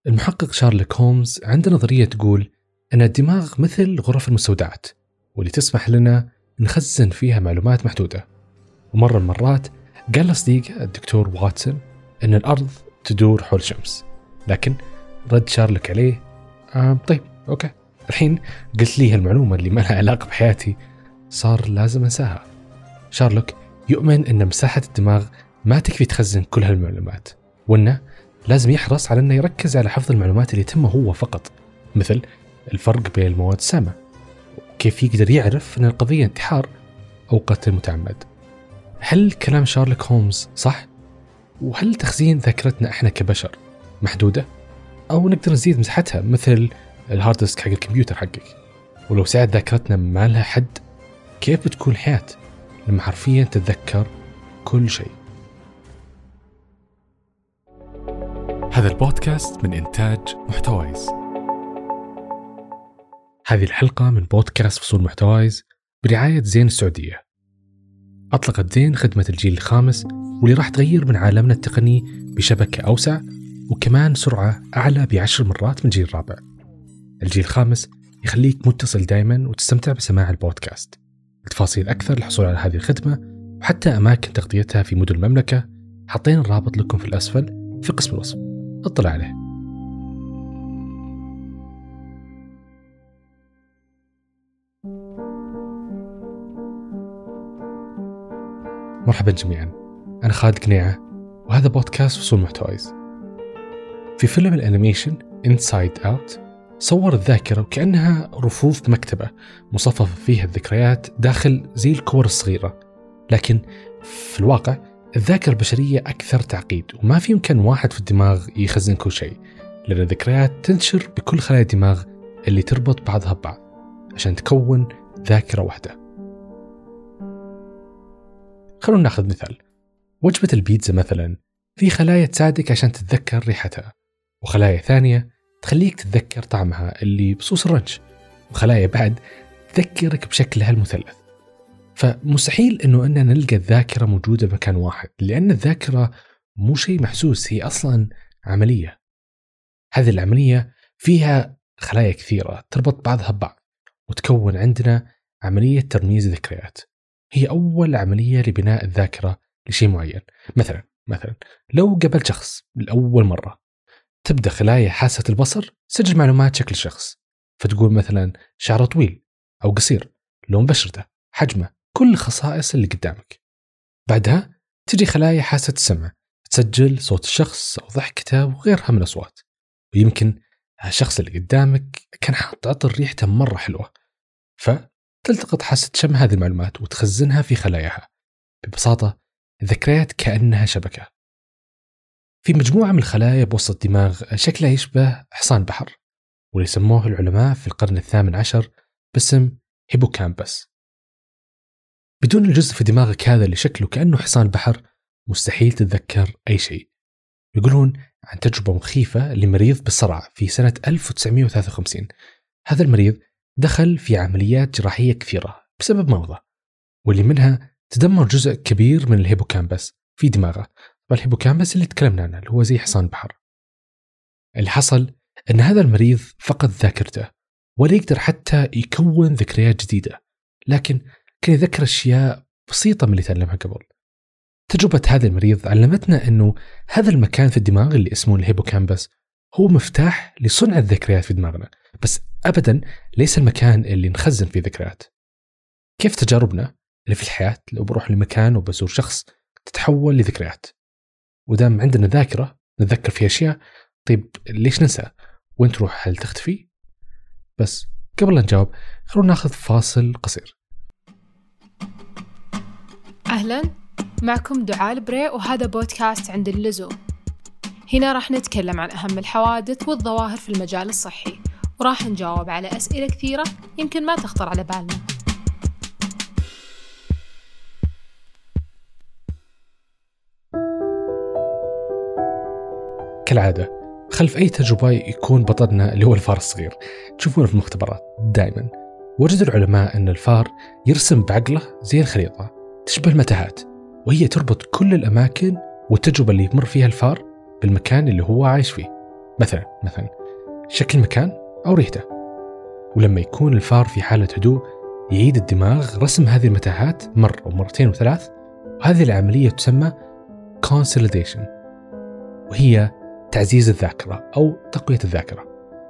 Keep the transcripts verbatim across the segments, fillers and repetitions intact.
المحقق شارلوك هولمز عنده نظرية تقول أن الدماغ مثل غرف المستودعات واللي تسمح لنا نخزن فيها معلومات محدودة. ومرة من المرات قال لصديقه الدكتور واتسون أن الأرض تدور حول الشمس، لكن رد شارلوك عليه آه طيب أوكي، الحين قلت لي هالمعلومة اللي ما لها علاقة بحياتي صار لازم أنساها. شارلوك يؤمن أن مساحة الدماغ ما تكفي تخزن كل هالمعلومات، وأنه لازم يحرص على أنه يركز على حفظ المعلومات اللي تهمه هو فقط، مثل الفرق بين المواد السامة وكيف يقدر يعرف أن القضية انتحار أو قتل متعمد. هل كلام شارلوك هولمز صح؟ وهل تخزين ذاكرتنا إحنا كبشر محدودة؟ أو نقدر نزيد مساحتها مثل الهارد ديسك حق الكمبيوتر حقك؟ ولو سعة ذاكرتنا ما لها حد، كيف بتكون الحياة لما حرفيا تتذكر كل شيء؟ هذا البودكاست من إنتاج محتوايز. هذه الحلقة من بودكاست فصول محتوايز برعاية زين السعودية. أطلقت زين خدمة الجيل الخامس واللي راح تغير من عالمنا التقني بشبكة أوسع وكمان سرعة أعلى بعشر مرات من الجيل الرابع. الجيل الخامس يخليك متصل دايما وتستمتع بسماع البودكاست. التفاصيل أكثر للحصول على هذه الخدمة وحتى أماكن تغطيتها في مدن المملكة حاطين الرابط لكم في الأسفل في قسم الوصف، اطلع عليه. مرحبا جميعا، أنا خالد قنيعة وهذا بودكاست فصول محتوايز. في فيلم الأنيميشن Inside Out صور الذاكرة وكأنها رفوف مكتبة مصففة فيها الذكريات داخل زي الكور الصغيرة، لكن في الواقع الذاكرة البشرية أكثر تعقيد، وما في يمكن واحد في الدماغ يخزن كل شيء، لأن الذكريات تنتشر بكل خلايا الدماغ اللي تربط بعضها ببعض عشان تكون ذاكرة واحدة. خلونا ناخذ مثال. وجبة البيتزا مثلا في خلايا تساعدك عشان تتذكر ريحتها، وخلايا ثانية تخليك تتذكر طعمها اللي بصوص الرنش، وخلايا بعد تذكرك بشكلها المثلث. فمستحيل أنه أننا نلقى الذاكرة موجودة بمكان واحد، لأن الذاكرة مو شيء محسوس، هي أصلا عملية. هذه العملية فيها خلايا كثيرة تربط بعضها ببعض وتكون عندنا عملية ترميز الذكريات. هي أول عملية لبناء الذاكرة لشيء معين. مثلا مثلا لو قابلت شخص لأول مرة، تبدأ خلايا حاسة البصر تسجل معلومات شكل الشخص، فتقول مثلا شعره طويل أو قصير، لون بشرته، حجمه، كل خصائص اللي قدامك. بعدها تجي خلايا حاسة السمع تسجل صوت الشخص أو ضحكته وغيرها من الأصوات، ويمكن الشخص اللي قدامك كان حاط عطر ريحته مرة حلوة، فتلتقط حاسة شم هذه المعلومات وتخزنها في خلاياها. ببساطة الذكريات كأنها شبكة في مجموعة من الخلايا بوسط الدماغ شكلها يشبه حصان بحر، واللي سموه العلماء في القرن الثامن عشر باسم هيبوكامبس. بدون الجزء في دماغك هذا اللي شكله كأنه حصان بحر مستحيل تتذكر أي شيء. يقولون عن تجربة مخيفة لمريض بالصرع في سنة ألف وتسعمائة وثلاثة وخمسين. هذا المريض دخل في عمليات جراحية كثيرة بسبب مرضه، واللي منها تدمر جزء كبير من الهيبوكامبس في دماغه. والهيبوكامبس اللي تكلمنا عنه اللي هو زي حصان بحر. اللي حصل أن هذا المريض فقد ذاكرته ولا يقدر حتى يكون ذكريات جديدة، لكن كان يذكر أشياء بسيطة من اللي تعلمها قبل. تجربة هذا المريض علمتنا أنه هذا المكان في الدماغ اللي اسمه الهيبوكامبس هو مفتاح لصنع الذكريات في دماغنا، بس أبدا ليس المكان اللي نخزن فيه ذكريات. كيف تجاربنا اللي في الحياة لو بروح لمكان وبزور شخص تتحول لذكريات؟ ودام عندنا ذاكرة نتذكر فيها أشياء، طيب ليش ننسى؟ وين تروح؟ هل تختفي؟ بس قبل لا نجاوب خلونا ناخذ فاصل قصير. أهلا، معكم دعاء البري وهذا بودكاست عند اللزوم. هنا راح نتكلم عن أهم الحوادث والظواهر في المجال الصحي، وراح نجاوب على أسئلة كثيرة يمكن ما تخطر على بالنا. كالعادة خلف أي تجربة يكون بطلنا اللي هو الفار الصغير. تشوفونه في المختبرات دائما. وجد العلماء أن الفار يرسم بعقله زي الخريطة تشبه المتاهات، وهي تربط كل الأماكن والتجربة اللي يمر فيها الفار بالمكان اللي هو عايش فيه. مثلا مثلا شكل مكان أو ريحته. ولما يكون الفار في حالة هدوء يعيد الدماغ رسم هذه المتاهات مرة ومرتين وثلاث، وهذه العملية تسمى consolidation، وهي تعزيز الذاكرة أو تقوية الذاكرة.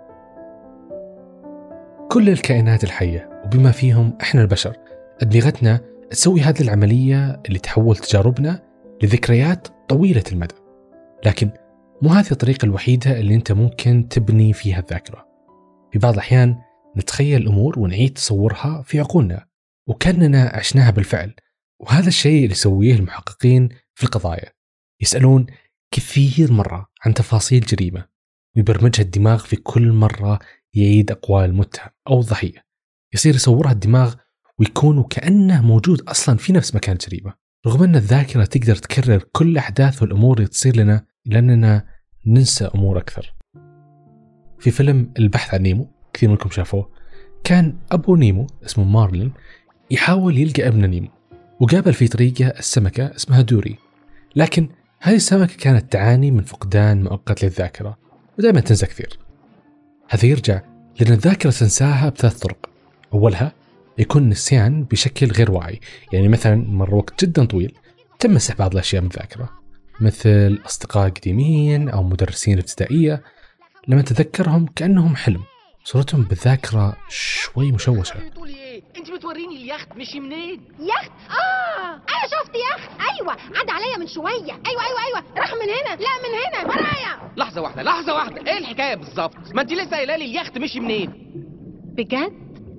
كل الكائنات الحية وبما فيهم إحنا البشر أدمغتنا تسوي هذه العملية اللي تحول تجاربنا لذكريات طويلة المدى، لكن مو هذه الطريقة الوحيدة اللي أنت ممكن تبني فيها الذاكرة. في بعض الأحيان نتخيل الأمور ونعيد تصورها في عقولنا وكأننا عشناها بالفعل، وهذا الشيء اللي يسويه المحققين في القضايا، يسألون كثير مرة عن تفاصيل جريمة ويبرمجها الدماغ في كل مرة يعيد أقوال المتهم أو الضحية، يصير يصورها الدماغ ويكون وكأنه موجود أصلا في نفس مكان الجريمة، رغم أن الذاكرة تقدر تكرر كل أحداث والأمور اللي تصير لنا لأننا ننسى أمور أكثر. في فيلم البحث عن نيمو كثير منكم شافوه، كان أبو نيمو اسمه مارلين يحاول يلقى ابن نيمو، وقابل في طريقه السمكة اسمها دوري، لكن هذه السمكة كانت تعاني من فقدان مؤقت للذاكرة ودائما تنسى كثير. هذا يرجع لأن الذاكرة تنساها بثلاث طرق. أولها يكون النسيان بشكل غير واعي، يعني مثلا مر وقت جدا طويل تمسح بعض الأشياء من الذاكرة، مثل أصدقاء قديمين أو مدرسين ابتدائية، لما تذكرهم كأنهم حلم، صورتهم بالذاكرة شوي مشوشة. انت بتوريني اليخت مشي منين؟ يخت؟ اه انا شفت يخت، ايوه عدى عليا من شويه، ايوه ايوه ايوه راح من هنا، لا من هنا ورايا. لحظه واحده لحظه واحده، ايه الحكايه بالظبط؟ ما انت لسه قايله لي اليخت مشي منين؟ بجد؟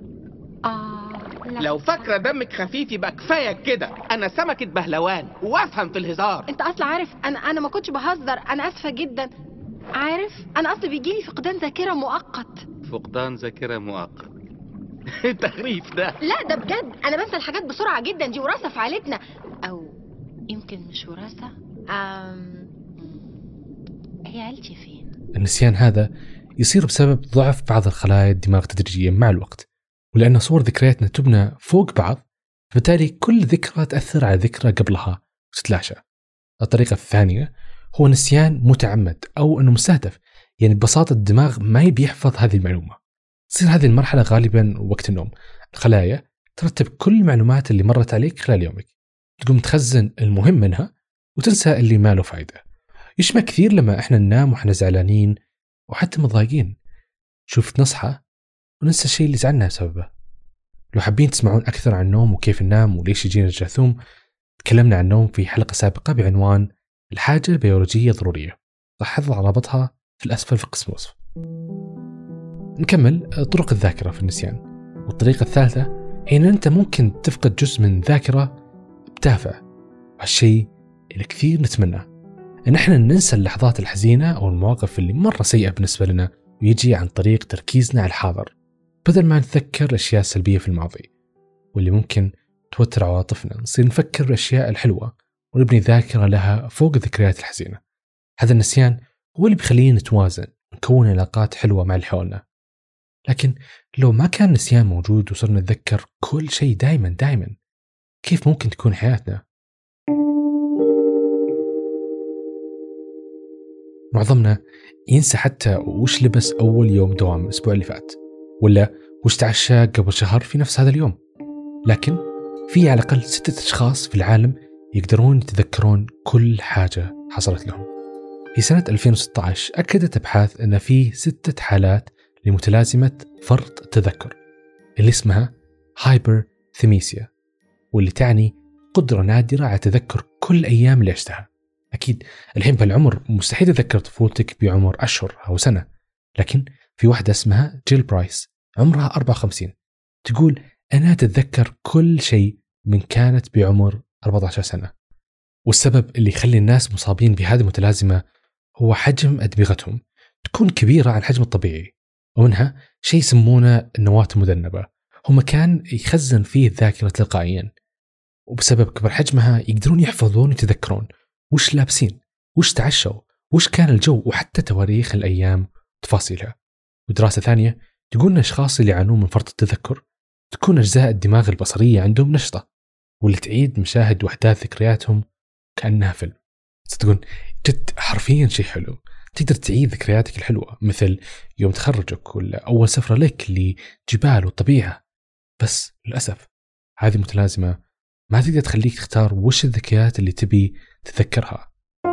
اه لا. لو فاكره دمك خفيف يبقى كفايه كده، انا سمكه بهلوان وافهم في الهزار. انت اصلا عارف انا انا ما كنتش بهزر، انا اسفه جدا. عارف انا اصلا بيجيلي فقدان ذاكره مؤقت. فقدان ذاكره مؤقت؟ التخريف ده؟ لا ده بجد، انا بنسى الحاجات بسرعه جدا، دي وراثه في عائلتنا، او يمكن مش وراثه. أم... هي عيلتي فين؟ النسيان هذا يصير بسبب ضعف بعض الخلايا الدماغ تدريجيا مع الوقت، ولأن صور ذكرياتنا تبنى فوق بعض، فبالتالي كل ذكرى تأثر على ذكرى قبلها وتتلاشى. الطريقة الثانية هو نسيان متعمد أو أنه مستهدف، يعني ببساطة الدماغ ما يبي يحفظ هذه المعلومة. تصير هذه المرحلة غالبا وقت النوم، الخلايا ترتب كل المعلومات اللي مرت عليك خلال يومك، تقوم تخزن المهم منها وتنسى اللي ما له فايدة. يشبه كثير لما احنا ننام وإحنا زعلانين وحتى مضايقين، شوف نصحى وننسى الشيء اللي زعلنا بسببه. لو حابين تسمعون أكثر عن النوم وكيف ننام وليش يجينا الجاثوم، تكلمنا عن النوم في حلقة سابقة بعنوان الحاجة البيولوجية ضرورية، راح أضع رابطها في الأسفل في قسم الوصف. نكمل طرق الذاكرة في النسيان. والطريقة الثالثة هي أن أنت ممكن تفقد جزء من الذاكرة بتافه، وهالشيء اللي كثير نتمناه أن احنا ننسى اللحظات الحزينة أو المواقف اللي مرة سيئة بالنسبة لنا، ويجي عن طريق تركيزنا على الحاضر بدل ما نتذكر الأشياء السلبية في الماضي واللي ممكن توتر عواطفنا. نصير نفكر الأشياء الحلوة ونبني ذاكرة لها فوق الذكريات الحزينة. هذا النسيان هو اللي بيخلينا نتوازن، نكون علاقات حلوة مع اللي حولنا. لكن لو ما كان النسيان موجود وصرنا نتذكر كل شيء دائما دائما، كيف ممكن تكون حياتنا؟ معظمنا ينسى حتى وش لبس أول يوم دوام الأسبوع اللي فات، ولا وش تعشى قبل شهر في نفس هذا اليوم. لكن في على الأقل ستة أشخاص في العالم يقدرون يتذكرون كل حاجة حصلت لهم. في سنة ألفين وستة عشر أكدت أبحاث أن في ستة حالات لمتلازمة فرط التذكر اللي اسمها هايبرثيميسيا، واللي تعني قدرة نادرة على تذكر كل أيام اللي عشتها. أكيد الحين بهالعمر مستحيل تذكر طفولتك بعمر أشهر أو سنة، لكن في واحدة اسمها جيل برايس عمرها أربعة وخمسين تقول أنا أتذكر كل شيء من كانت بعمر أربعة عشر سنة. والسبب اللي يخلي الناس مصابين بهذه المتلازمة هو حجم أدمغتهم تكون كبيرة عن الحجم الطبيعي، ومنها شيء يسمونه النواة المذنبة، هو مكان يخزن فيه الذاكرة تلقائيا، وبسبب كبر حجمها يقدرون يحفظون يتذكرون وش لابسين، وش تعشوا، وش كان الجو، وحتى تواريخ الأيام وتفاصيلها. ودراسة ثانية تقول أن الأشخاص اللي يعانون من فرط التذكر تكون أجزاء الدماغ البصرية عندهم نشطة، واللي تعيد مشاهد وأحداث ذكرياتهم كأنها فيلم. تقول جد حرفيا شيء حلو، تقدر تعيد ذكرياتك الحلوة، مثل يوم تخرجك ولا أول سفرة لك لجبال والطبيعة. بس للأسف هذه متلازمة ما تقدر تخليك تختار وش الذكريات اللي تبي تتذكرها.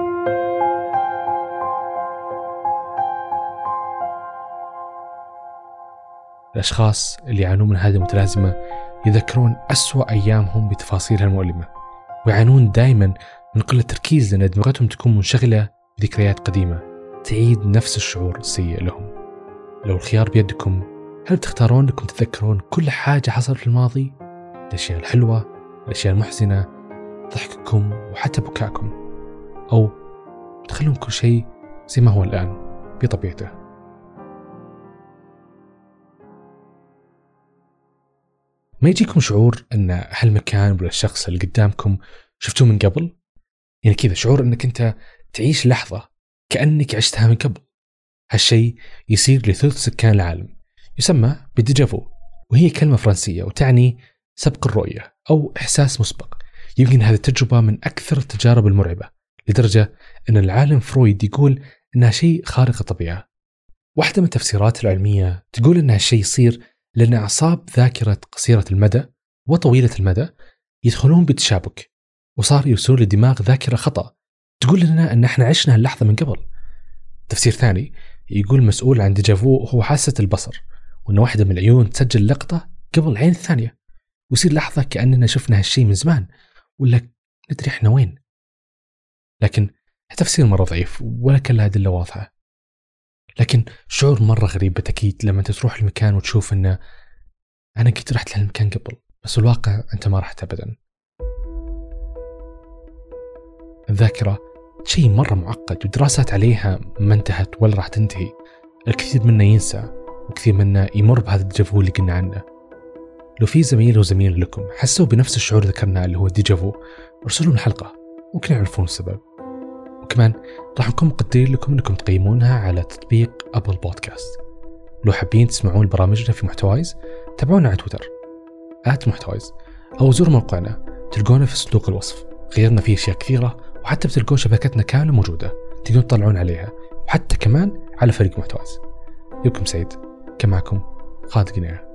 الأشخاص اللي يعانون من هذه المتلازمة يذكرون أسوأ أيامهم بتفاصيلها المؤلمة، ويعانون دائما من قلة تركيز لأن دماغهم تكون منشغلة بذكريات قديمة تعيد نفس الشعور السيء لهم. لو الخيار بيدكم، هل بتختارون أنكم تتذكرون كل حاجة حصلت في الماضي، الأشياء الحلوة، الأشياء المحزنة، ضحككم وحتى بكاءكم، أو تخلون كل شيء زي ما هو الآن بطبيعته؟ ما يجيكم شعور أن هالمكان ولا الشخص اللي قدامكم شفتوه من قبل؟ يعني كذا شعور أنك أنت تعيش لحظة كأنك عشتها من قبل. هالشيء يصير لثلث سكان العالم، يسمى بالديجافو، وهي كلمة فرنسية وتعني سبق الرؤية أو إحساس مسبق. يمكن هذه التجربة من أكثر التجارب المرعبة، لدرجة أن العالم فرويد يقول أنها شيء خارق الطبيعة. واحدة من التفسيرات العلمية تقول أن هالشيء يصير لأن أعصاب ذاكرة قصيرة المدى وطويلة المدى يدخلون بتشابك، وصار يرسلون للدماغ ذاكرة خطأ تقول لنا أن احنا عشنا اللحظة من قبل. تفسير ثاني يقول مسؤول عن ديجافو هو حاسة البصر، وأن واحدة من العيون تسجل لقطة قبل العين الثانية، ويصير لحظة كأننا شفنا هالشيء من زمان ولا ندري احنا وين. لكن التفسير مرة ضعيف ولا كان له أدلة واضحة. لكن شعور مرة غريب بالتأكيد لما أنت تروح المكان وتشوف أنه أنا قد رحت لهالمكان قبل، بس الواقع أنت ما رحت أبدا. الذاكرة شيء مرة معقد ودراسات عليها ما انتهت ولا راح تنتهي. الكثير منا ينسى وكثير منا يمر بهذا الديجافو اللي قلنا عنه. لو في زميل وزميل لكم حسوا بنفس الشعور ذكرناه اللي هو الديجافو، ارسلوا لنا حلقة ممكن يعرفون السبب. وكمان راح نكون مقدرين لكم أنكم تقيمونها على تطبيق أبل بودكاست. لو حابين تسمعون برامجنا في محتوايز، تابعونا على تويتر آت محتوايز، أو زوروا موقعنا تلقونا في صندوق الوصف. غيرنا فيه أشياء كثيرة، وحتى بتلقون شبكتنا كاملة موجودة تقدرون تطلعون عليها، وحتى كمان على فريق محتوايز. يومكم سعيد. كان معكم خالد قنيع.